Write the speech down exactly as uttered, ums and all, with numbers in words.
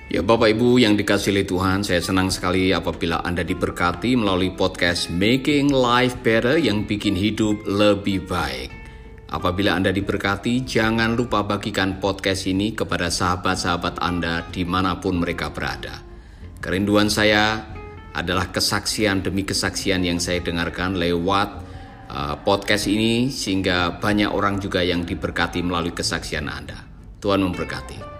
Ya Bapak Ibu yang dikasihi oleh Tuhan, saya senang sekali apabila Anda diberkati melalui podcast Making Life Better yang bikin hidup lebih baik. Apabila Anda diberkati, jangan lupa bagikan podcast ini kepada sahabat-sahabat Anda dimanapun mereka berada. Kerinduan saya adalah kesaksian demi kesaksian yang saya dengarkan lewat uh, podcast ini, sehingga banyak orang juga yang diberkati melalui kesaksian Anda. Tuhan memberkati.